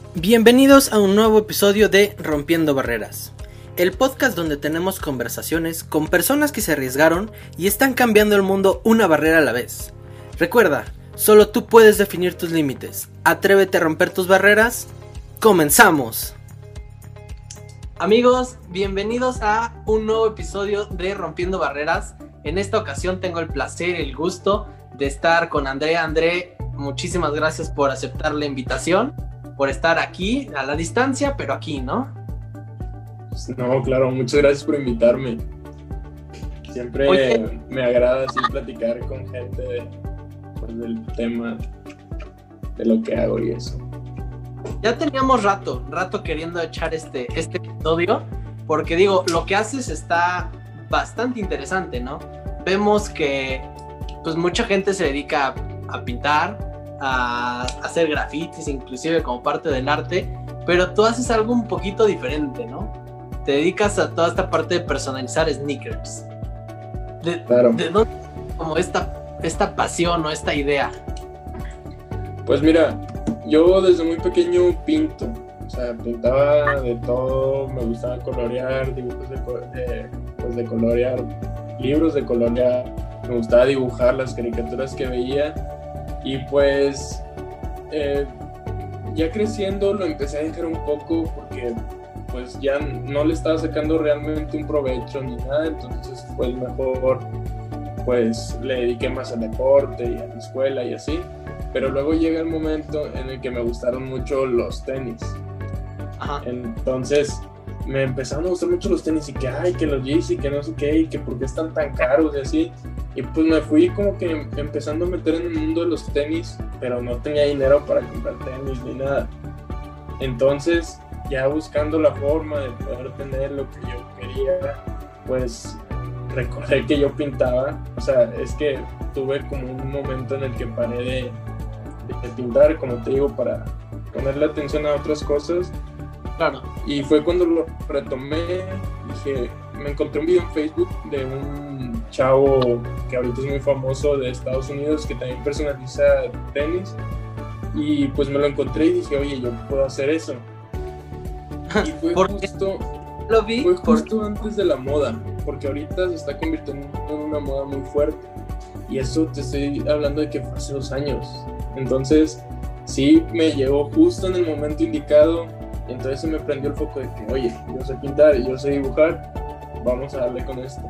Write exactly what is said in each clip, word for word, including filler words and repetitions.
Bienvenidos a un nuevo episodio de Rompiendo Barreras, el podcast donde tenemos conversaciones con personas que se arriesgaron y están cambiando el mundo una barrera a la vez. Recuerda, solo tú puedes definir tus límites. Atrévete a romper tus barreras. ¡Comenzamos! Amigos, bienvenidos a un nuevo episodio de Rompiendo Barreras. En esta ocasión tengo el placer, el gusto de estar con André. André, muchísimas gracias por aceptar la invitación, por estar aquí a la distancia, pero aquí, ¿no? No, claro, muchas gracias por invitarme. Siempre Oye. me agrada así platicar con gente pues, del tema, de lo que hago y eso. Ya teníamos rato, rato queriendo echar este, este episodio, porque digo, lo que haces está bastante interesante, ¿no? Vemos que pues mucha gente se dedica a, a pintar, a hacer grafitis, inclusive como parte del arte, pero tú haces algo un poquito diferente, ¿no? Te dedicas a toda esta parte de personalizar sneakers. ¿De, claro. ¿de dónde como esta, esta pasión o esta idea? Pues mira, yo desde muy pequeño pinto, o sea, pintaba de todo, me gustaba colorear, dibujos de, de, pues de colorear, libros de colorear, me gustaba dibujar las caricaturas que veía. Y pues eh, ya creciendo lo empecé a dejar un poco porque pues ya no le estaba sacando realmente un provecho ni nada, entonces pues mejor pues le dediqué más al deporte y a la escuela y así, pero luego llega el momento en el que me gustaron mucho los tenis. Ajá. Entonces me empezaron a gustar mucho los tenis y que ay, que los Yeezy, que no sé qué, y que por qué están tan caros y así. Y pues me fui como que empezando a meter en el mundo de los tenis, pero no tenía dinero para comprar tenis ni nada. Entonces, ya buscando la forma de poder tener lo que yo quería, pues recordé que yo pintaba. O sea, es que tuve como un momento en el que paré de, de pintar, como te digo, para ponerle atención a otras cosas. Claro. Y fue cuando lo retomé, dije, me encontré un video en Facebook de un chavo que ahorita es muy famoso de Estados Unidos que también personaliza tenis, y pues me lo encontré y dije, oye, yo puedo hacer eso. Y fue justo, lo vi fue justo por... antes de la moda, porque ahorita se está convirtiendo en una moda muy fuerte, y eso te estoy hablando de que fue hace dos años. Entonces sí me llegó justo en el momento indicado. Entonces se me prendió el foco de que, oye, yo sé pintar y yo sé dibujar, vamos a darle con esto.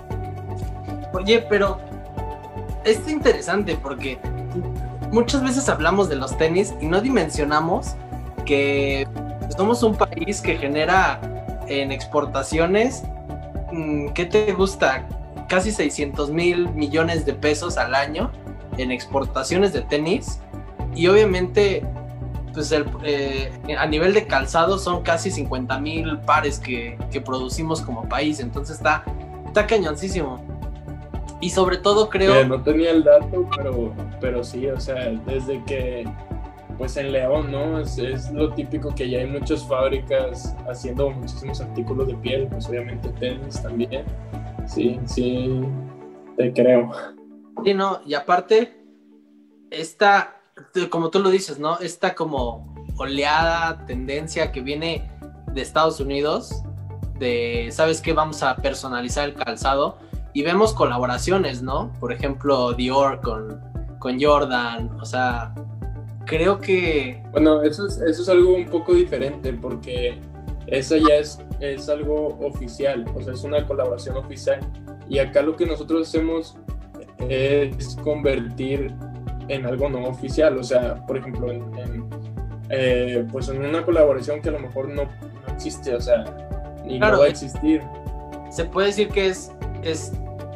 Oye, pero es interesante porque muchas veces hablamos de los tenis y no dimensionamos que somos un país que genera en exportaciones, ¿qué te gusta? Casi seiscientos mil millones de pesos al año en exportaciones de tenis, y obviamente pues el, eh, a nivel de calzado son casi cincuenta mil pares que, que producimos como país, entonces está, está cañoncísimo. Y sobre todo creo... Eh, no tenía el dato, pero, pero sí, o sea, desde que, pues en León, ¿no? Es, es lo típico que ya hay muchas fábricas haciendo muchísimos artículos de piel, pues obviamente tenis también. Sí, sí, te creo. Sí, no, y aparte, esta... como tú lo dices, ¿no? Esta como oleada, tendencia que viene de Estados Unidos, de, ¿sabes qué? Vamos a personalizar el calzado, y vemos colaboraciones, ¿no? Por ejemplo, Dior con, con Jordan, o sea, creo que... Bueno, eso es, eso es algo un poco diferente, porque eso ya es, es algo oficial, o sea, es una colaboración oficial, y acá lo que nosotros hacemos es convertir en algo no oficial, o sea, por ejemplo, en, en, eh, pues en una colaboración que a lo mejor no, no existe, o sea, ni claro, no va a existir. Se puede decir que es, es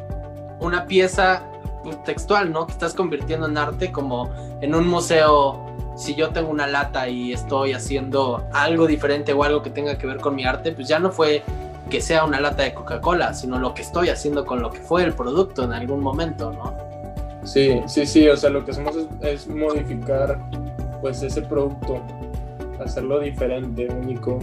una pieza textual, ¿no? Que estás convirtiendo en arte, como en un museo. Si yo tengo una lata y estoy haciendo algo diferente o algo que tenga que ver con mi arte, pues ya no fue que sea una lata de Coca-Cola, sino lo que estoy haciendo con lo que fue el producto en algún momento, ¿no? Sí, sí, sí, o sea, lo que hacemos es, es modificar pues ese producto, hacerlo diferente, único,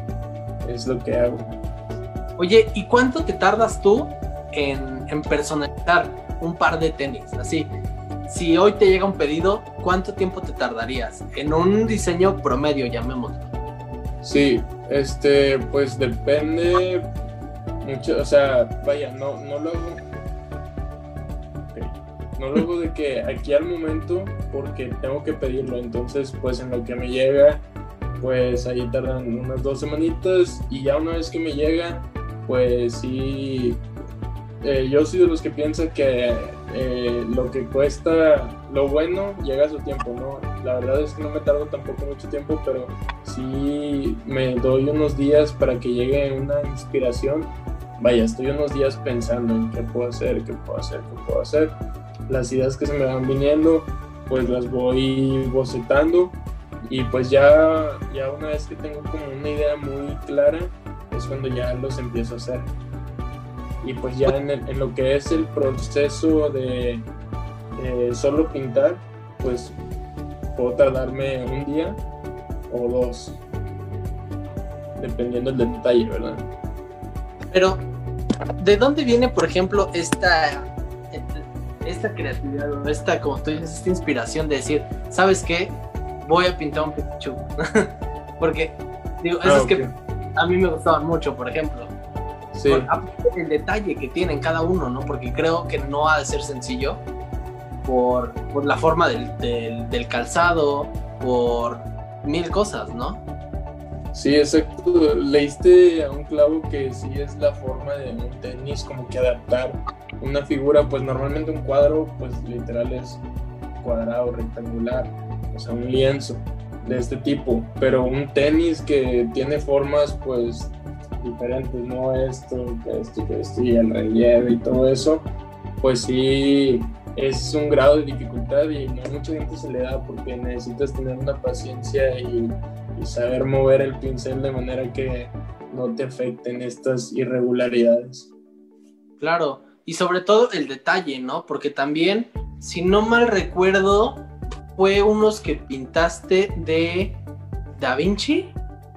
es lo que hago. Oye, ¿y cuánto te tardas tú en, en personalizar un par de tenis? Así, si hoy te llega un pedido, ¿cuánto tiempo te tardarías? En un diseño promedio, llamémoslo. Sí, este, pues depende mucho, o sea, vaya, no, no lo hago, okay. No lo hago de que aquí al momento, porque tengo que pedirlo, entonces pues en lo que me llega, pues ahí tardan unas dos semanitas, y ya una vez que me llega, pues sí, eh, yo soy de los que piensa que eh, lo que cuesta, lo bueno, llega a su tiempo, ¿no? La verdad es que no me tardo tampoco mucho tiempo, pero sí me doy unos días para que llegue una inspiración. Vaya, estoy unos días pensando en qué puedo hacer, qué puedo hacer, qué puedo hacer. Las ideas que se me van viniendo, pues las voy bocetando, y pues ya, ya una vez que tengo como una idea muy clara, es cuando ya los empiezo a hacer. Y pues ya en, el, en lo que es el proceso de eh, solo pintar, pues puedo tardarme un día o dos, dependiendo del detalle, ¿verdad? Pero, ¿de dónde viene, por ejemplo, esta, esta creatividad, o esta, como tú dices, esta inspiración de decir, ¿sabes qué? Voy a pintar un Pikachu. Porque, digo, esas ah, okay. que a mí me gustaban mucho, por ejemplo. Sí. Por, el detalle que tienen cada uno, ¿no? Porque creo que no ha de ser sencillo por, por la forma del, del, del calzado, por mil cosas, ¿no? Sí, exacto. Leíste a un clavo que sí es la forma de un tenis, como que adaptar una figura, pues normalmente un cuadro, pues literal es cuadrado, rectangular, o sea, un lienzo de este tipo, pero un tenis que tiene formas, pues diferentes, ¿no? Esto, que esto, que esto, y el relieve y todo eso, pues sí es un grado de dificultad, y no mucha gente se le da, porque necesitas tener una paciencia y, y saber mover el pincel de manera que no te afecten estas irregularidades. Claro, y sobre todo el detalle, ¿no? Porque también, si no mal recuerdo, fue unos que pintaste de Da Vinci.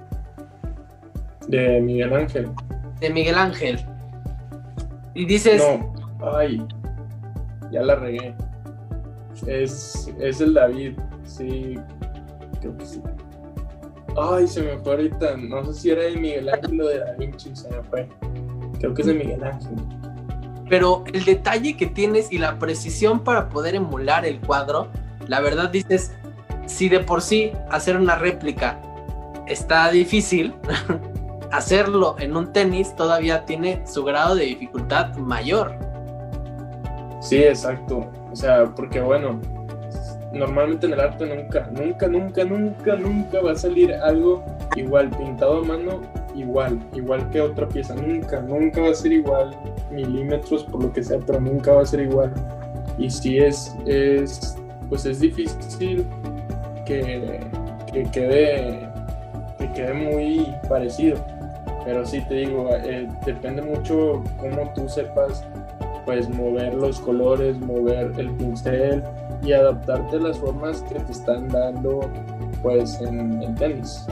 De Miguel Ángel. De Miguel Ángel. Y dices... No, ay, ya la regué. Es, es el David, sí, creo que sí. Ay, se me fue ahorita, no sé si era de Miguel Ángel o de Da Vinci, se me fue. Creo que es de Miguel Ángel. Pero el detalle que tienes y la precisión para poder emular el cuadro, la verdad dices, si de por sí hacer una réplica está difícil, hacerlo en un tenis todavía tiene su grado de dificultad mayor. Sí, exacto. O sea, porque bueno, normalmente en el arte nunca, nunca, nunca, nunca, nunca va a salir algo igual, pintado a mano, igual, igual que otra pieza. Nunca, nunca va a ser igual, milímetros por lo que sea, pero nunca va a ser igual. Y sí es, es pues es difícil que, que quede, que quede muy parecido. Pero sí te digo, eh, depende mucho cómo tú sepas, pues mover los colores, mover el pincel y adaptarte a las formas que te están dando, pues en el tenis.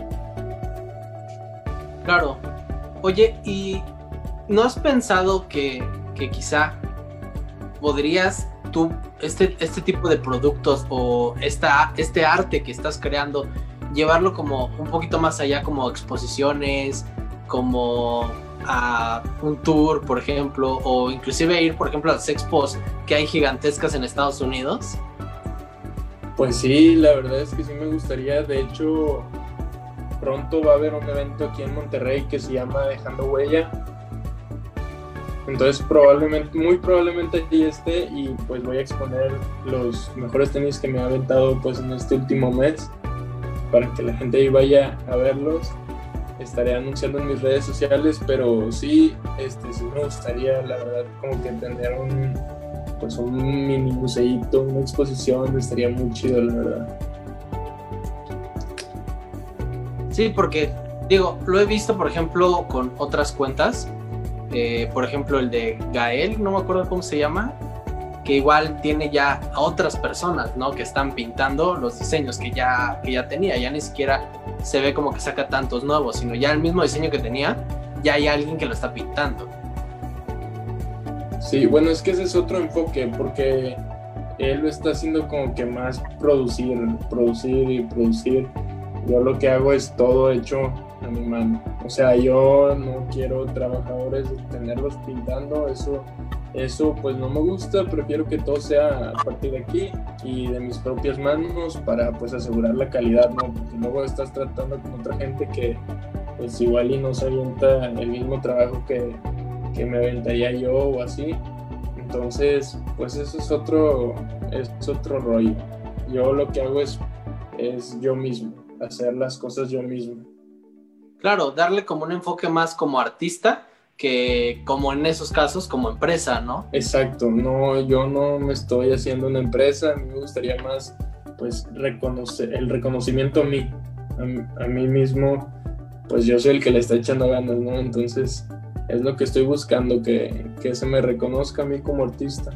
Claro. Oye, ¿y no has pensado que, que quizá podrías tú, este, este tipo de productos o esta, este arte que estás creando, llevarlo como un poquito más allá, como exposiciones, como a un tour, por ejemplo, o inclusive ir, por ejemplo, a las expos que hay gigantescas en Estados Unidos? Pues sí, la verdad es que sí me gustaría. De hecho, pronto va a haber un evento aquí en Monterrey que se llama Dejando Huella. Entonces probablemente, muy probablemente allí esté, y pues voy a exponer los mejores tenis que me ha aventado pues en este último mes, para que la gente ahí vaya a verlos. Estaré anunciando en mis redes sociales, pero sí, este, sí me gustaría, la verdad, como que tener un, pues un mini museíto, una exposición, estaría muy chido, la verdad. Sí, porque, digo, lo he visto, por ejemplo, con otras cuentas, eh, por ejemplo, el de Gael, no me acuerdo cómo se llama, que igual tiene ya a otras personas, ¿no? Que están pintando los diseños que ya, que ya tenía, ya ni siquiera se ve como que saca tantos nuevos, sino ya el mismo diseño que tenía, ya hay alguien que lo está pintando. Sí, bueno, es que ese es otro enfoque, porque él lo está haciendo como que más producir, producir y producir. Yo lo que hago es todo hecho a mi mano. O sea, yo no quiero trabajadores, tenerlos pintando, eso, eso pues no me gusta. Prefiero que todo sea a partir de aquí y de mis propias manos para pues asegurar la calidad, ¿no? Porque luego estás tratando con otra gente que pues igual y no se avienta el mismo trabajo que, que me aventaría yo o así. Entonces, pues eso es otro, es otro rollo. Yo lo que hago es, es yo mismo, hacer las cosas yo mismo. Claro, darle como un enfoque más como artista que como en esos casos como empresa, ¿no? Exacto, no, yo no me estoy haciendo una empresa, a mí me gustaría más pues reconocer, el reconocimiento a mí, a, a mí mismo, pues yo soy el que le está echando ganas, ¿no? Entonces es lo que estoy buscando, que, que se me reconozca a mí como artista.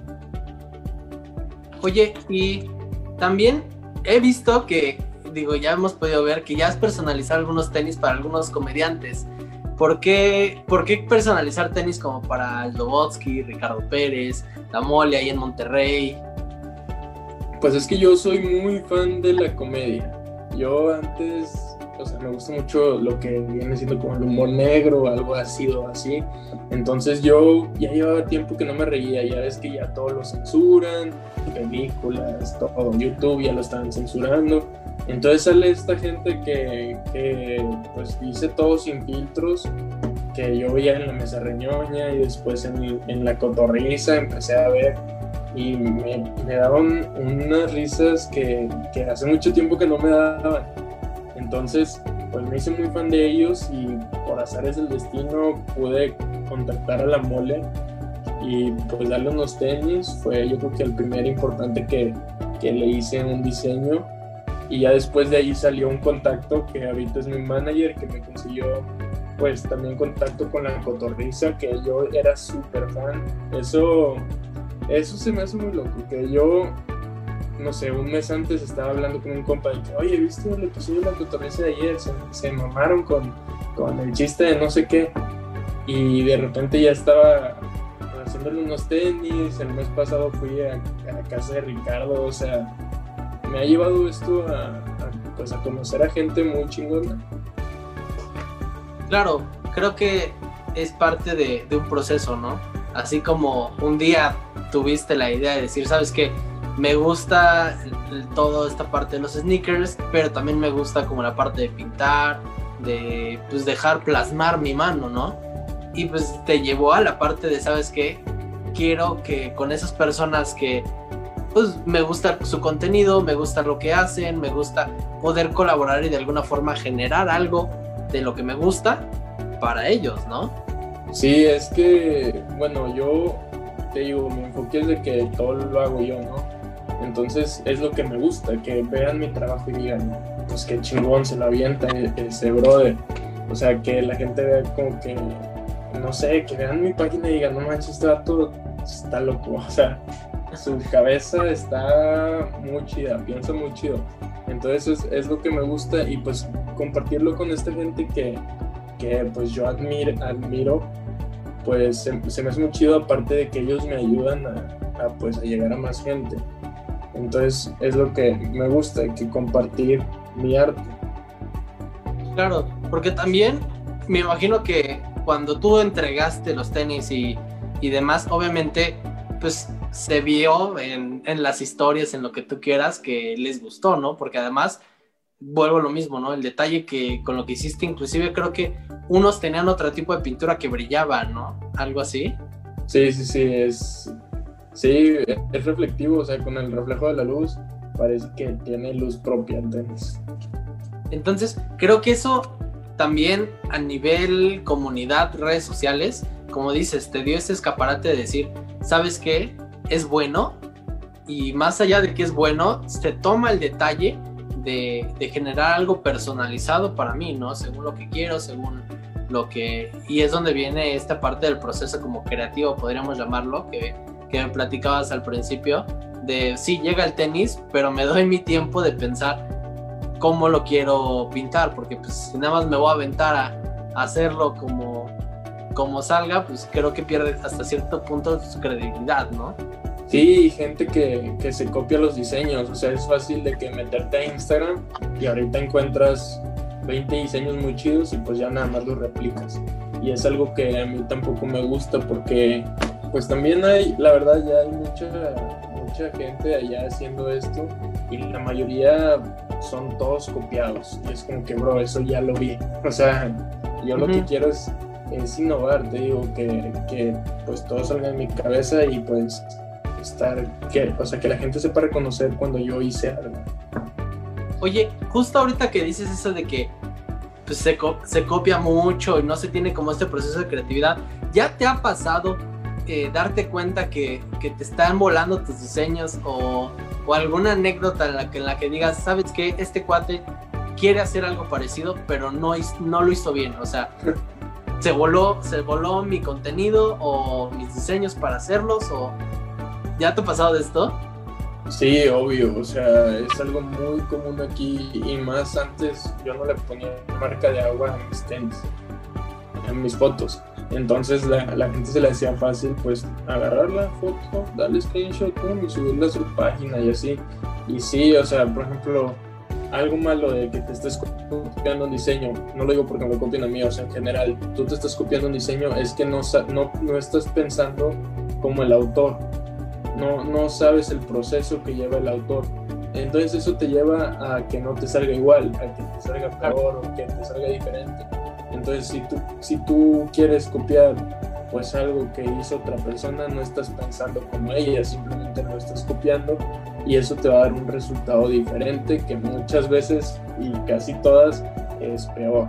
Oye, y también he visto que, digo, ya hemos podido ver que ya has personalizado algunos tenis para algunos comediantes. ¿Por qué, ¿Por qué personalizar tenis como para Lobotsky, Ricardo Pérez, La Mole ahí en Monterrey? Pues es que yo soy muy fan de la comedia. Yo antes, o sea, me gusta mucho lo que viene siendo como el humor negro, algo ácido así. Entonces yo ya llevaba tiempo que no me reía, ya ves que ya todo lo censuran, películas, todo, YouTube ya lo están censurando. Entonces sale esta gente que, que pues dice todo sin filtros, que yo veía en la Mesa Reñoña y después en, en La Cotorriza empecé a ver y me, me daban unas risas que, que hace mucho tiempo que no me daban. Entonces pues me hice muy fan de ellos y por azares del destino pude contactar a La Mole y pues darle unos tenis. Fue yo creo que el primer importante que, que le hice un diseño. Y ya después de ahí salió un contacto que ahorita es mi manager, que me consiguió pues también contacto con La Cotorriza, que yo era súper fan. Eso, eso se me hace muy loco, que yo, no sé, un mes antes estaba hablando con un compa y que, oye, ¿viste el episodio de La Cotorriza de ayer? Se, se mamaron con, con el chiste de no sé qué. Y de repente ya estaba haciéndole unos tenis. El mes pasado fui a, a casa de Ricardo, o sea, me ha llevado esto a, a, pues a conocer a gente muy chingona. Claro, creo que es parte de, de un proceso, ¿no? Así como un día tuviste la idea de decir, ¿sabes qué? Me gusta el, el, toda esta parte de los sneakers, pero también me gusta como la parte de pintar, de pues dejar plasmar mi mano, ¿no? Y pues te llevó a la parte de, ¿sabes qué? Quiero que con esas personas que pues me gusta su contenido, me gusta lo que hacen, me gusta poder colaborar y de alguna forma generar algo de lo que me gusta para ellos, ¿no? Sí, es que, bueno, yo te digo, mi enfoque es de que todo lo hago yo, ¿no? Entonces es lo que me gusta, que vean mi trabajo y digan, pues qué chingón se lo avienta ese brother. O sea, que la gente vea como que, no sé, que vean mi página y digan, no manches, este vato está loco, o sea, su cabeza está muy chida, piensa muy chido. Entonces es, es lo que me gusta y pues compartirlo con esta gente que, que pues yo admiro, admiro pues se, se me hace muy chido, aparte de que ellos me ayudan a, a, pues, a llegar a más gente. Entonces es lo que me gusta, que compartir mi arte. Claro, porque también me imagino que cuando tú entregaste los tenis y, y demás, obviamente pues se vio en, en las historias, en lo que tú quieras, que les gustó, ¿no? Porque además, vuelvo a lo mismo, ¿no? El detalle que con lo que hiciste, inclusive creo que unos tenían otro tipo de pintura que brillaba, ¿no? Algo así. Sí, sí, sí, es, sí, es reflectivo, o sea, con el reflejo de la luz parece que tiene luz propia el tenis. Entonces, creo que eso también a nivel comunidad, redes sociales, como dices, te dio ese escaparate de decir, ¿sabes qué? Es bueno, y más allá de que es bueno, se toma el detalle de, de generar algo personalizado para mí, ¿no? Según lo que quiero, según lo que... Y es donde viene esta parte del proceso como creativo, podríamos llamarlo, que, que me platicabas al principio, de sí, llega el tenis, pero me doy mi tiempo de pensar cómo lo quiero pintar, porque pues si nada más me voy a aventar a, a hacerlo como, como salga, pues creo que pierde hasta cierto punto su credibilidad, ¿no? Sí, gente que, que se copia los diseños, o sea, es fácil de que meterte a Instagram y ahorita encuentras veinte diseños muy chidos y pues ya nada más los replicas. Y es algo que a mí tampoco me gusta porque pues también hay, la verdad ya hay mucha, mucha gente allá haciendo esto y la mayoría son todos copiados y es como que bro, eso ya lo vi, o sea, yo uh-huh. lo que quiero es, es innovar, te digo, que, que pues todo salga de mi cabeza y pues estar, que, o sea, que la gente sepa reconocer cuando yo hice algo. Oye, justo ahorita que dices eso de que pues, se, co- se copia mucho y no se tiene como este proceso de creatividad, ¿ya te ha pasado eh, darte cuenta que, que te están volando tus diseños o, o alguna anécdota en la que, en la que digas, ¿sabes qué? Este cuate quiere hacer algo parecido, pero no, no lo hizo bien, o sea, se voló, se voló mi contenido o mis diseños para hacerlos, o ¿ya te ha pasado de esto? Sí, obvio, o sea, es algo muy común aquí y más antes yo no le ponía marca de agua a mis tenis, a mis fotos, entonces la, la gente se le hacía fácil pues agarrar la foto, darle screenshot pum, y subirla a su página y así, y sí, o sea, por ejemplo, algo malo de que te estés copiando un diseño, no lo digo porque me copien a mí, o sea, en general, tú te estás copiando un diseño, es que no, no, no estás pensando como el autor. No, no sabes el proceso que lleva el autor. Entonces eso te lleva a que no te salga igual, a que te salga peor o que te salga diferente. Entonces si tú, si tú quieres copiar pues algo que hizo otra persona, no estás pensando como ella, simplemente lo estás copiando y eso te va a dar un resultado diferente que muchas veces y casi todas es peor.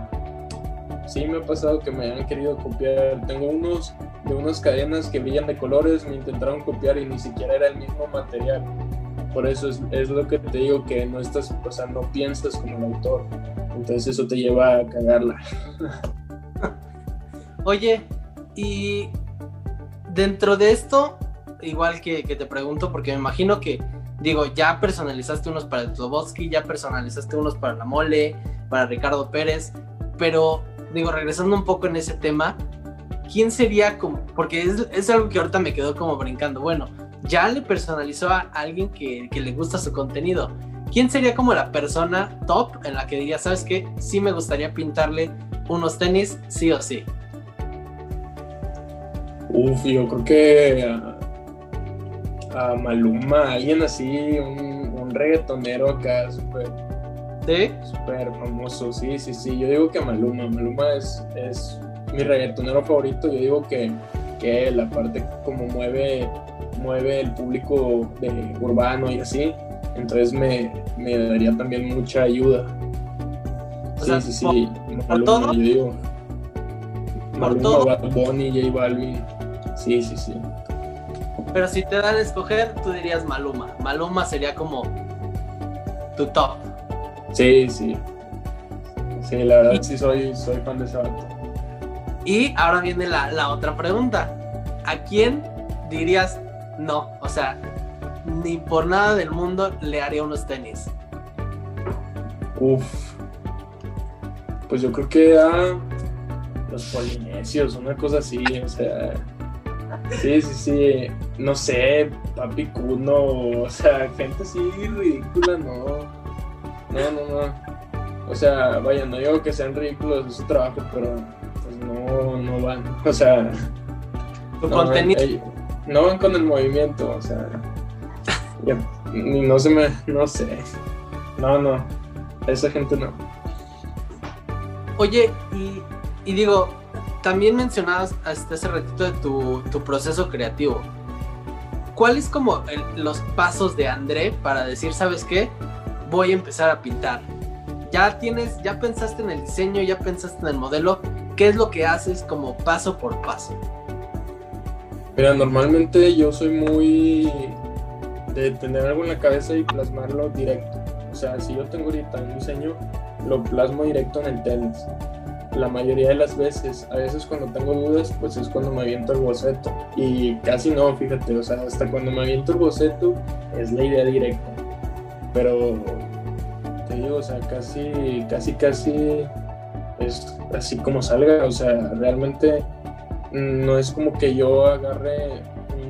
Sí me ha pasado que me han querido copiar, tengo unos de unas cadenas que brillan de colores, me intentaron copiar y ni siquiera era el mismo material. Por eso es, es lo que te digo, que no estás, o sea, no piensas como el autor. Entonces eso te lleva a cagarla. Oye, y dentro de esto, igual que, que te pregunto, porque me imagino que, digo, ya personalizaste unos para el Slobodsky, ya personalizaste unos para la Mole, para Ricardo Pérez, pero, digo, regresando un poco en ese tema, ¿quién sería como, porque es, es algo que ahorita me quedó como brincando, bueno, ya le personalizó a alguien que, que le gusta su contenido, ¿quién sería como la persona top en la que diría, ¿sabes qué? Sí me gustaría pintarle unos tenis, sí o sí. Uf, yo creo que a, a Maluma, alguien así, un, un reggaetonero acá, súper ¿sí? súper famoso, sí, sí, sí, yo digo que a Maluma, Maluma es... es mi reggaetonero favorito, yo digo que, que él, aparte como mueve, mueve el público de urbano y así, entonces me, me daría también mucha ayuda. O sí, sea, sí, sí, ¿por, Maluma, todo? yo digo. Maluma, todo? Bad Bunny, J Balvin, sí, sí, sí. Pero si te dan a escoger, tú dirías Maluma. Maluma sería como tu top. Sí, sí. Sí, la verdad sí soy, soy fan de ese vato. Y ahora viene la, la otra pregunta. ¿A quién dirías no? O sea, ni por nada del mundo le haría unos tenis. Uf. Pues yo creo que a los polinesios, una cosa así, o sea. Sí, sí, sí. No sé, Papi Kuno, o sea, gente así ridícula, no. No, no, no. O sea, vaya, no digo que sean ridículos de su trabajo, pero pues no, no van. O sea, Tu no, contenido. eh, no van con el movimiento, o sea, ya, no se me, no sé. No, no, esa gente no. Oye, y, y digo, también mencionabas hasta hace ratito de tu, tu proceso creativo. ¿Cuáles como el, los pasos de André para decir, ¿sabes qué? Voy a empezar a pintar. Ya tienes, ya pensaste en el diseño, ya pensaste en el modelo. ¿Qué es lo que haces como paso por paso? Mira, normalmente yo soy muy de tener algo en la cabeza y plasmarlo directo. O sea, si yo tengo ahorita un diseño, lo plasmo directo en el tenis. La mayoría de las veces, a veces cuando tengo dudas, pues es cuando me aviento el boceto. Y casi no, fíjate, o sea, hasta cuando me aviento el boceto es la idea directa. Pero te digo, o sea, casi, casi, casi es así como salga. O sea, realmente no es como que yo agarre un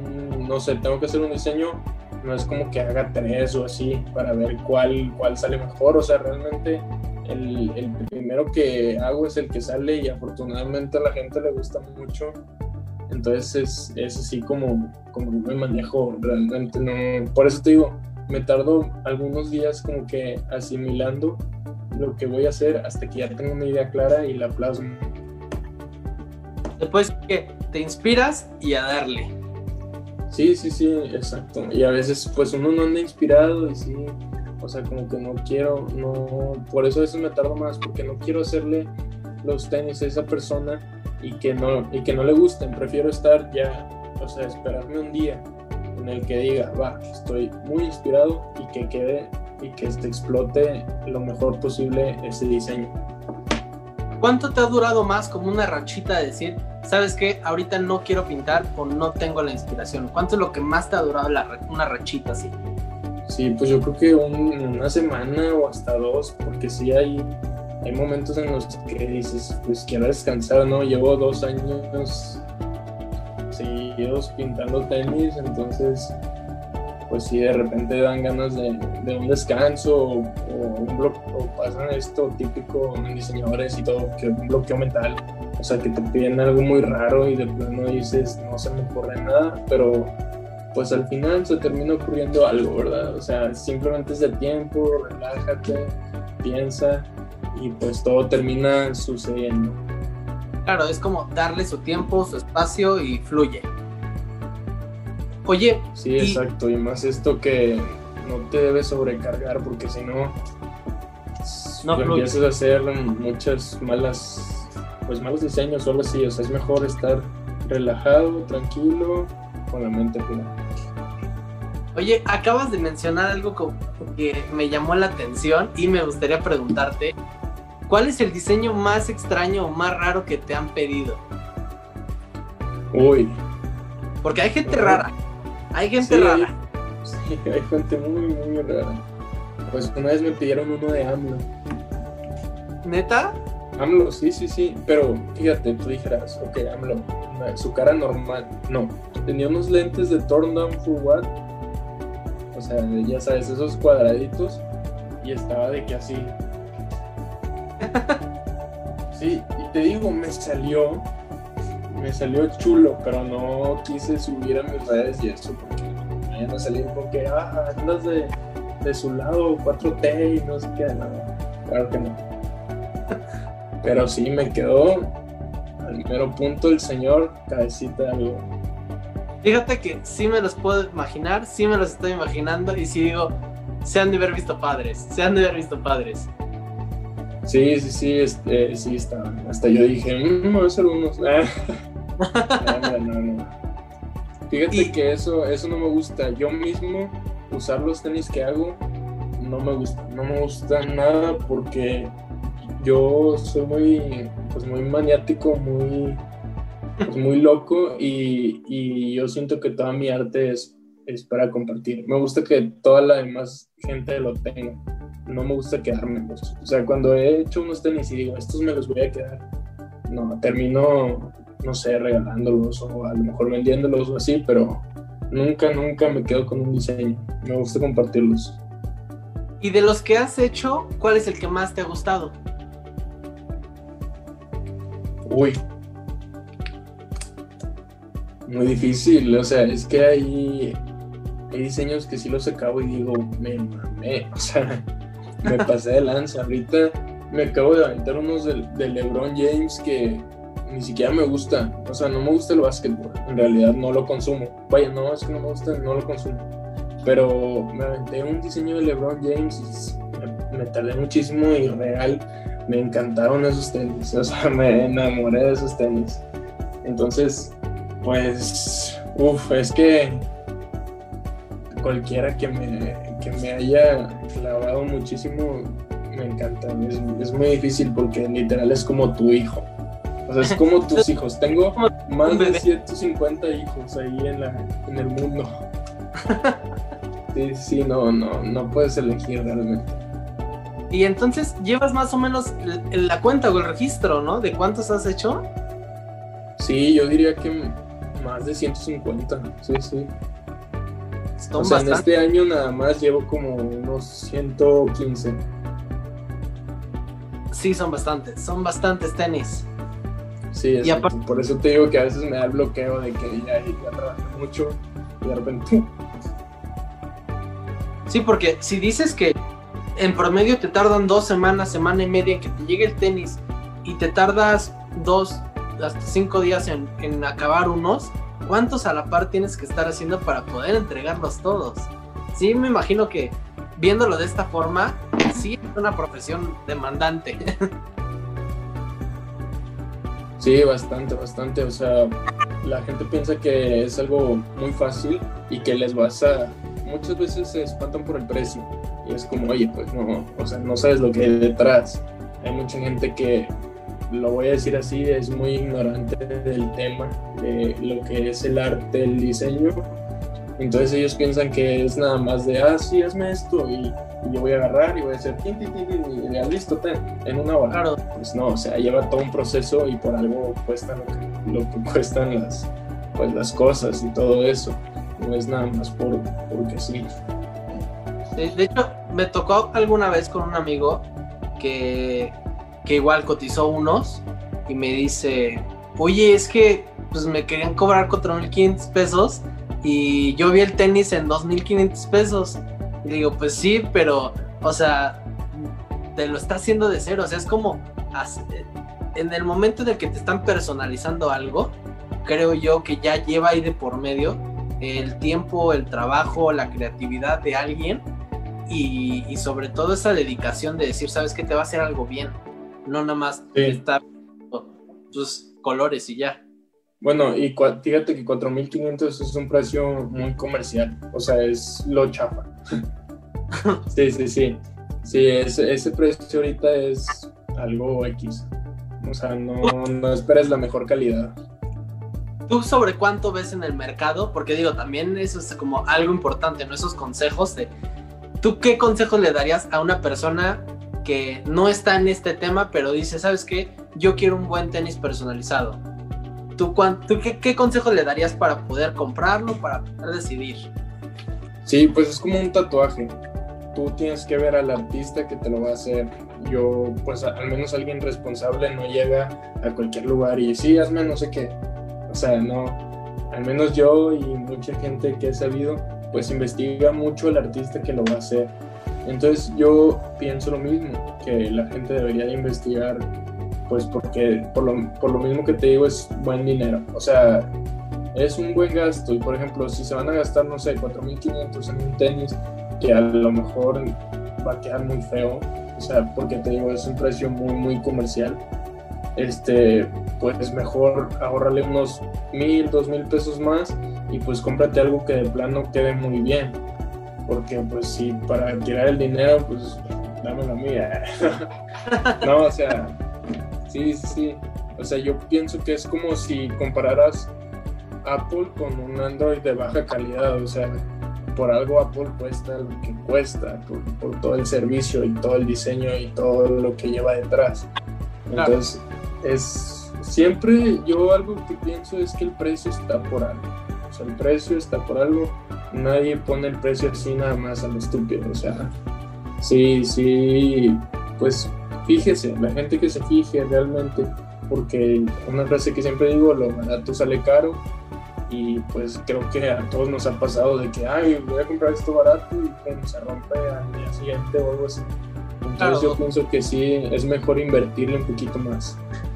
no sé, tengo que hacer un diseño, no es como que haga tres o así para ver cuál, cuál sale mejor, o sea, realmente el, el primero que hago es el que sale y afortunadamente a la gente le gusta mucho, entonces es, es así como, como me manejo, realmente no, por eso te digo, me tardo algunos días como que asimilando lo que voy a hacer hasta que ya tengo una idea clara y la plasmo. Después que te inspiras y a darle. Sí, sí, sí, exacto. Y a veces pues uno no anda inspirado y sí, o sea, como que no quiero, no, por eso a veces me tardo más, porque no quiero hacerle los tenis a esa persona y que no, y que no le gusten. Prefiero estar ya, o sea, esperarme un día en el que diga, va, estoy muy inspirado y que quede y que este explote lo mejor posible ese diseño. ¿Cuánto te ha durado más como una rachita de decir, sabes qué, ahorita no quiero pintar o no tengo la inspiración? ¿Cuánto es lo que más te ha durado la, una rachita así? Sí, pues yo creo que un, una semana o hasta dos, porque sí hay, hay momentos en los que dices, pues quiero descansar, ¿no? Llevo dos años seguidos pintando tenis, entonces pues sí, de repente dan ganas de, de un descanso o, o, un blo- o pasan esto típico en diseñadores y todo, que un bloqueo mental, o sea, que te piden algo muy raro y de plano dices, no se me ocurre nada, pero pues al final se termina ocurriendo algo, ¿verdad? O sea, simplemente es de tiempo, relájate, piensa y pues todo termina sucediendo. Claro, es como darle su tiempo, su espacio y fluye. Oye, sí, exacto, y, y más esto que no te debes sobrecargar porque si no, no empiezas a hacer muchas malas, pues malos diseños o algo así, o sea, es mejor estar relajado, tranquilo, con la mente clara. Oye, acabas de mencionar algo que me llamó la atención y me gustaría preguntarte, ¿cuál es el diseño más extraño o más raro que te han pedido? Uy. Porque hay gente Uy. rara. Hay gente sí, rara. Sí, hay gente muy, muy rara. Pues una vez me pidieron uno de AMLO. ¿Neta? AMLO, sí, sí, sí. Pero fíjate, tú dijeras, ok, AMLO, su cara normal. No, tenía unos lentes de Turn Down for What. O sea, ya sabes, esos cuadraditos. Y estaba de que así. Sí, y te digo, me salió. Me salió chulo, pero no quise subir a mis redes y eso porque me vayan a salir con que ah, andas de, de su lado cuatro T y no sé qué, no, claro que no. Pero sí me quedó al mero punto el señor, cabecita de algo. Fíjate que sí me los puedo imaginar, sí me los estoy imaginando y sí digo, se han de haber visto padres, se han de haber visto padres. Sí, sí, sí, este, sí estaban. Hasta yo dije, mmm, me voy a hacer unos. no, no, no, no. Fíjate y... que eso, eso no me gusta. Yo mismo, usar los tenis que hago, no me gusta. No me gusta nada porque yo soy muy, pues muy maniático, muy, pues muy loco y, y yo siento que toda mi arte es, es para compartir. Me gusta que toda la demás gente lo tenga. No me gusta quedármelos. O sea, cuando he hecho unos tenis y digo, estos me los voy a quedar, no, termino, no sé, regalándolos o a lo mejor vendiéndolos o así, pero nunca, nunca me quedo con un diseño. Me gusta compartirlos. Y de los que has hecho, ¿cuál es el que más te ha gustado? Uy. Muy difícil, o sea, es que hay, hay diseños que sí los acabo y digo, me mamé, o sea... me pasé de lanza. Ahorita me acabo de aventar unos de, de LeBron James que ni siquiera me gusta. O sea, no me gusta el básquetbol. En realidad no lo consumo. Vaya, no, es que no me gusta, no lo consumo. Pero me aventé un diseño de LeBron James y me, me tardé muchísimo y real. Me encantaron esos tenis. O sea, me enamoré de esos tenis. Entonces, pues, uff, es que cualquiera que me, que me haya clavado muchísimo me encanta. Es, es muy difícil porque literal es como tu hijo. O sea, es como tus hijos. Tengo más de ciento cincuenta hijos ahí en, la, en el mundo. Sí, sí, no, no, no puedes elegir realmente. Y entonces llevas más o menos la cuenta o el registro, ¿no? ¿De cuántos has hecho? Sí, yo diría que más de ciento cincuenta, sí, sí. Son o sea, bastante. en este año nada más llevo como unos ciento quince. Sí, son bastantes, son bastantes tenis. Sí, Y exacto. aparte- Por eso te digo que a veces me da el bloqueo de que ya, ya trabajé mucho y de repente... Sí, porque si dices que en promedio te tardan dos semanas, semana y media en que te llegue el tenis y te tardas dos hasta cinco días en, en acabar unos, ¿cuántos a la par tienes que estar haciendo para poder entregarlos todos? Sí, me imagino que viéndolo de esta forma, sí es una profesión demandante. Sí, bastante, bastante. O sea, la gente piensa que es algo muy fácil y que les vas a... Muchas veces se espantan por el precio. Y es como, oye, pues no, o sea, no sabes lo que hay detrás. Hay mucha gente que, lo voy a decir así, es muy ignorante del tema, de lo que es el arte, el diseño. Entonces ellos piensan que es nada más de, ah, sí, hazme esto y, y yo voy a agarrar y voy a hacer tin, tin, tin, tin, y ya listo, ten, en una hora. Claro. Pues no, o sea, lleva todo un proceso y por algo cuesta lo que, lo que cuestan las, pues, las cosas y todo eso. No es nada más por, porque sí. De, de hecho, me tocó alguna vez con un amigo que, que igual cotizó unos y me dice, oye, es que pues me querían cobrar cuatro mil quinientos pesos y yo vi el tenis en dos mil quinientos pesos. Y le digo, pues sí, pero, o sea, te lo está haciendo de cero. O sea, es como, en el momento en el que te están personalizando algo, creo yo que ya lleva ahí de por medio el tiempo, el trabajo, la creatividad de alguien y, y sobre todo esa dedicación de decir, sabes que te va a hacer algo bien, no nada más Sí. estar tus colores y ya. Bueno, y cua- fíjate que cuatro mil quinientos es un precio muy comercial, o sea, es lo chafa. Sí, sí, sí. Sí, ese, ese precio ahorita es algo X. O sea, no, no esperes la mejor calidad. ¿Tú sobre cuánto ves en el mercado? Porque digo, también eso es como algo importante, ¿no? Esos consejos de... ¿Tú qué consejos le darías a una persona que no está en este tema, pero dice, ¿sabes qué? Yo quiero un buen tenis personalizado. ¿Tú, cuán, tú qué, qué consejos le darías para poder comprarlo, para poder decidir? Sí, pues es como un tatuaje. Tú tienes que ver al artista que te lo va a hacer. Yo, pues al menos alguien responsable no llega a cualquier lugar y sí, hazme no sé qué. O sea, no, al menos yo y mucha gente que he sabido, pues investiga mucho el artista que lo va a hacer. Entonces yo pienso lo mismo, que la gente debería de investigar, pues porque por lo, por lo mismo que te digo es buen dinero. O sea, es un buen gasto y por ejemplo, si se van a gastar, no sé, cuatro mil quinientos en un tenis, que a lo mejor va a quedar muy feo, o sea, porque te digo, es un precio muy, muy comercial. Este, pues mejor ahorrarle unos mil, dos mil pesos más y pues cómprate algo que de plano quede muy bien, porque pues si para tirar el dinero, pues dame la mía. No, o sea, sí, sí, sí, o sea, yo pienso que es como si compararas Apple con un Android de baja calidad, o sea, por algo Apple cuesta lo que cuesta, por, por todo el servicio y todo el diseño y todo lo que lleva detrás. Entonces, es siempre yo algo que pienso es que el precio está por algo. O sea, el precio está por algo. Nadie pone el precio así nada más a lo estúpido. O sea, sí, sí, pues fíjese, la gente que se fije realmente, porque una frase que siempre digo, lo barato sale caro. Y pues creo que a todos nos ha pasado de que, ay, voy a comprar esto barato y pum, se rompe al día siguiente o algo así. Entonces claro, yo pienso que sí, es mejor invertirle un poquito más.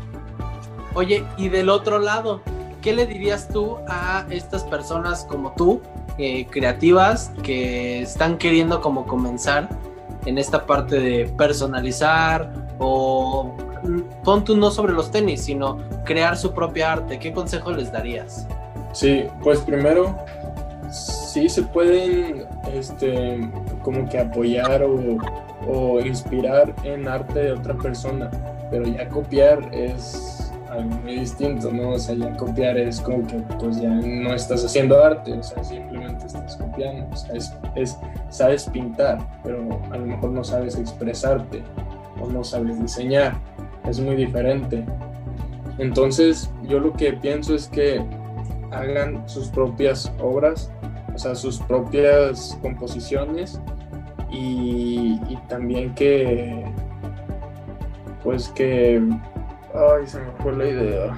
Oye, y del otro lado, ¿qué le dirías tú a estas personas como tú, eh, creativas, que están queriendo como comenzar en esta parte de personalizar o pon tú no sobre los tenis, sino crear su propia arte? ¿Qué consejo les darías? Sí, pues primero, sí se pueden este, como que apoyar o, o inspirar en arte de otra persona, pero ya copiar es algo muy distinto, ¿no? O sea, ya copiar es como que pues ya no estás haciendo arte, o sea, simplemente estás copiando, o sea, es, es, sabes pintar, pero a lo mejor no sabes expresarte o no sabes diseñar, es muy diferente. Entonces, yo lo que pienso es que hagan sus propias obras o sea, sus propias composiciones y, y también que, pues que, ay, se me fue la idea.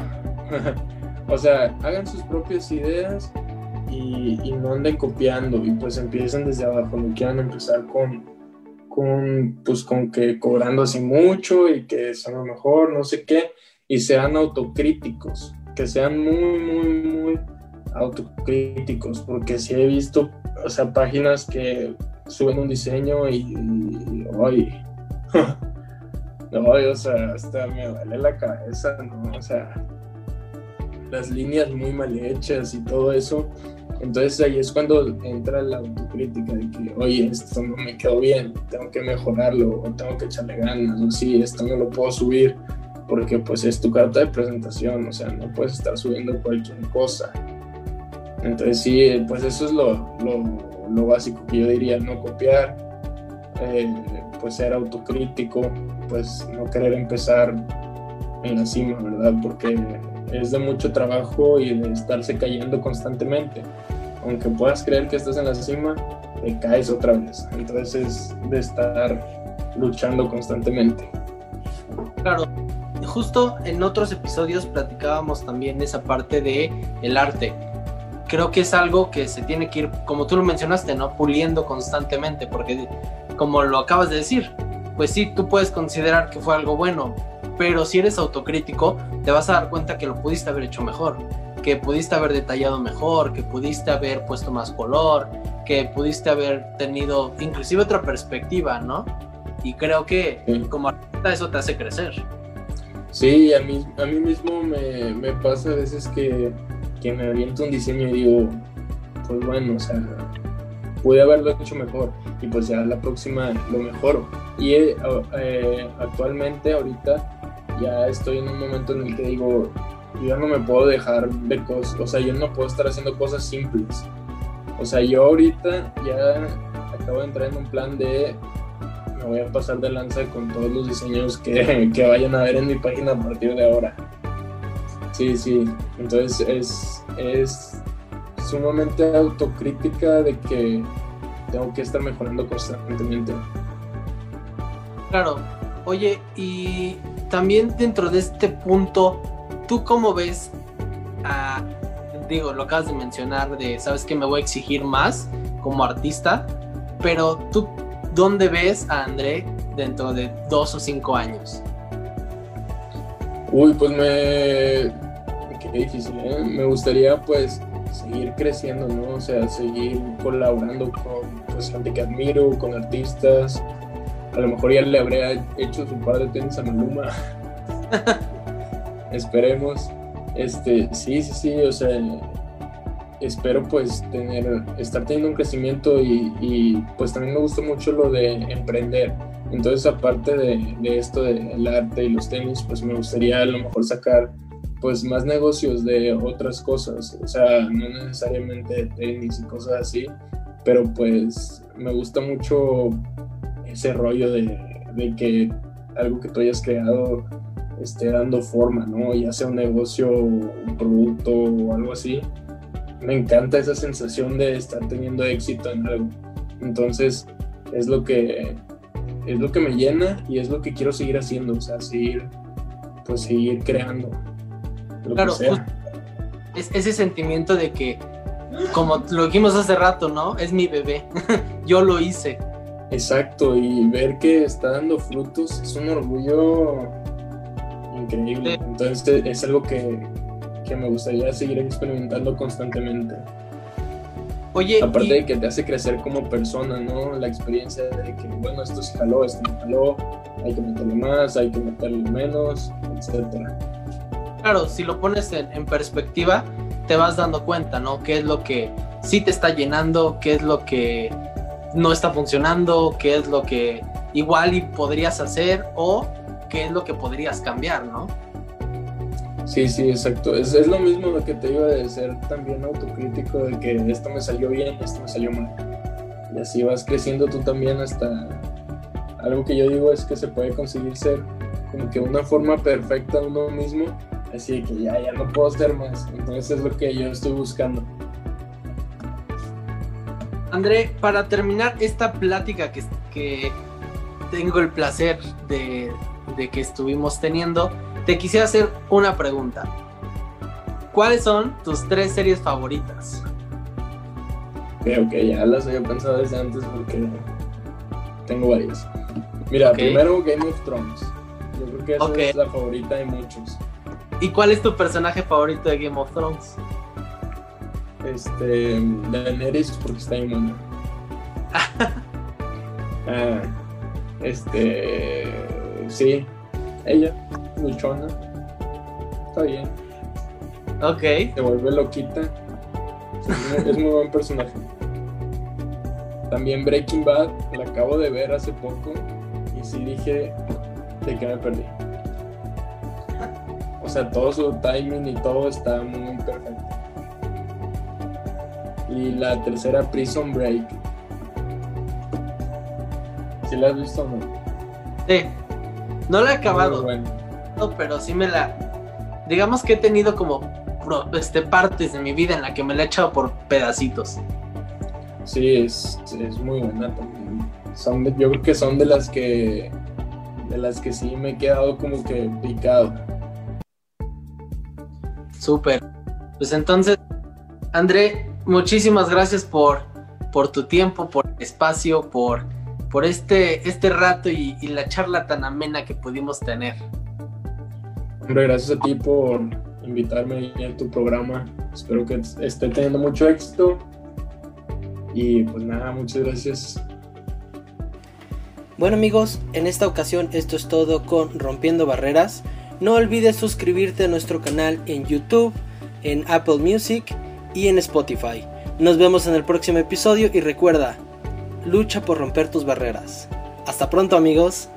O sea, hagan sus propias ideas y, y no anden copiando y pues empiecen desde abajo, no quieran empezar con, con, pues con que cobrando así mucho y que son lo mejor, no sé qué, y sean autocríticos, que sean muy, muy, muy autocríticos, porque sí he visto, o sea, páginas que suben un diseño y, y ay, ay, o sea, hasta me duele la cabeza, ¿no? O sea, las líneas muy mal hechas y todo eso. Entonces ahí es cuando entra la autocrítica de que, oye, esto no me quedó bien, tengo que mejorarlo, o tengo que echarle ganas, o sí, esto no lo puedo subir, porque pues es tu carta de presentación, o sea, no puedes estar subiendo cualquier cosa. Entonces sí, pues eso es lo, lo, lo básico que yo diría, no copiar, eh, pues ser autocrítico, pues no querer empezar en la cima, ¿verdad? Porque es de mucho trabajo y de estarse cayendo constantemente. Aunque puedas creer que estás en la cima, te caes otra vez. Entonces es de estar luchando constantemente. Claro, justo en otros episodios platicábamos también esa parte de el arte. Creo que es algo que se tiene que ir, como tú lo mencionaste, ¿no? Puliendo constantemente, porque como lo acabas de decir, pues sí, tú puedes considerar que fue algo bueno, pero si eres autocrítico, te vas a dar cuenta que lo pudiste haber hecho mejor, que pudiste haber detallado mejor, que pudiste haber puesto más color, que pudiste haber tenido inclusive otra perspectiva, ¿no? Y creo que sí, como artista eso te hace crecer. Sí, a mí, a mí mismo me, me pasa a veces que, que me aviento un diseño y digo, pues bueno, o sea, pude haberlo hecho mejor y pues ya la próxima lo mejoro. Y eh, eh, actualmente, ahorita, ya estoy en un momento en el que digo, yo ya no me puedo dejar de cosas, o sea, yo no puedo estar haciendo cosas simples. O sea, yo ahorita ya acabo de entrar en un plan de, me voy a pasar de lanza con todos los diseños que, que vayan a ver en mi página a partir de ahora. Sí, sí, entonces es, es sumamente autocrítica de que tengo que estar mejorando constantemente. Claro, oye, y también dentro de este punto, ¿tú cómo ves a, digo, lo acabas de mencionar de, sabes que me voy a exigir más como artista, pero tú, ¿dónde ves a André dentro de dos o cinco años? Uy, pues me... qué difícil, ¿eh? Me gustaría pues seguir creciendo, ¿no? O sea, seguir colaborando con pues, gente que admiro, con artistas. A lo mejor ya le habría hecho su par de tenis a Maluma. Esperemos. Este, sí, sí, sí, o sea, espero pues tener, estar teniendo un crecimiento y, y pues también me gusta mucho lo de emprender. Entonces, aparte de, de esto del arte y los tenis, pues me gustaría a lo mejor sacar pues más negocios de otras cosas, o sea, no necesariamente tenis y cosas así, pero pues me gusta mucho ese rollo de, de que algo que tú hayas creado esté dando forma, ¿no? Ya sea un negocio, un producto o algo así. Me encanta esa sensación de estar teniendo éxito en algo. Entonces, es lo que, es lo que me llena y es lo que quiero seguir haciendo, o sea, seguir, pues seguir creando. Lo claro, que sea. Es ese sentimiento de que, como lo dijimos hace rato, ¿no? Es mi bebé, yo lo hice. Exacto, y ver que está dando frutos es un orgullo increíble. Sí. Entonces es algo que, que me gustaría seguir experimentando constantemente. Oye, aparte y... de que te hace crecer como persona, ¿no? La experiencia de que, bueno, esto se jaló, esto no jaló, hay que meterle más, hay que meterle menos, etcétera. Claro, si lo pones en, en perspectiva, te vas dando cuenta, ¿no? ¿Qué es lo que sí te está llenando? ¿Qué es lo que no está funcionando? ¿Qué es lo que igual y podrías hacer? ¿O qué es lo que podrías cambiar, no? Sí, sí, exacto. Es, es lo mismo lo que te iba de ser también autocrítico, de que esto me salió bien, esto me salió mal. Y así vas creciendo tú también hasta... Algo que yo digo es que se puede conseguir ser como que una forma perfecta de uno mismo, así que ya, ya no puedo ser más. Entonces es lo que yo estoy buscando. André, para terminar esta plática que, que tengo el placer de, de que estuvimos teniendo, te quisiera hacer una pregunta. ¿Cuáles son tus tres series favoritas? Ok, ok, ya las había pensado desde antes porque tengo varias. Mira, Okay. Primero Game of Thrones. Yo creo que esa Okay. es la favorita de muchos. ¿Y cuál es tu personaje favorito de Game of Thrones? Este, Daenerys porque está inmune. ah, este, sí, ella, luchona, está bien, Ok. se vuelve loquita, es muy, es muy buen personaje. También Breaking Bad, la acabo de ver hace poco y sí dije de que me perdí. O sea, todo su timing y todo está muy perfecto. Y la tercera, Prison Break. ¿Sí la has visto o no? Sí. No la he acabado, Muy bueno. pero sí me la... Digamos que he tenido como pro- este, partes de mi vida en la que me la he echado por pedacitos. Sí, es, es muy buena también. Son de- yo creo que son de las que de las que sí me he quedado como que picado. Súper. Pues entonces, André, muchísimas gracias por, por tu tiempo, por el espacio, por, por este, este rato y, y la charla tan amena que pudimos tener. Hombre, gracias a ti por invitarme a tu programa. Espero que esté teniendo mucho éxito. Y pues nada, muchas gracias. Bueno amigos, en esta ocasión esto es todo con Rompiendo Barreras. No olvides suscribirte a nuestro canal en YouTube, en Apple Music y en Spotify. Nos vemos en el próximo episodio y recuerda, lucha por romper tus barreras. Hasta pronto amigos.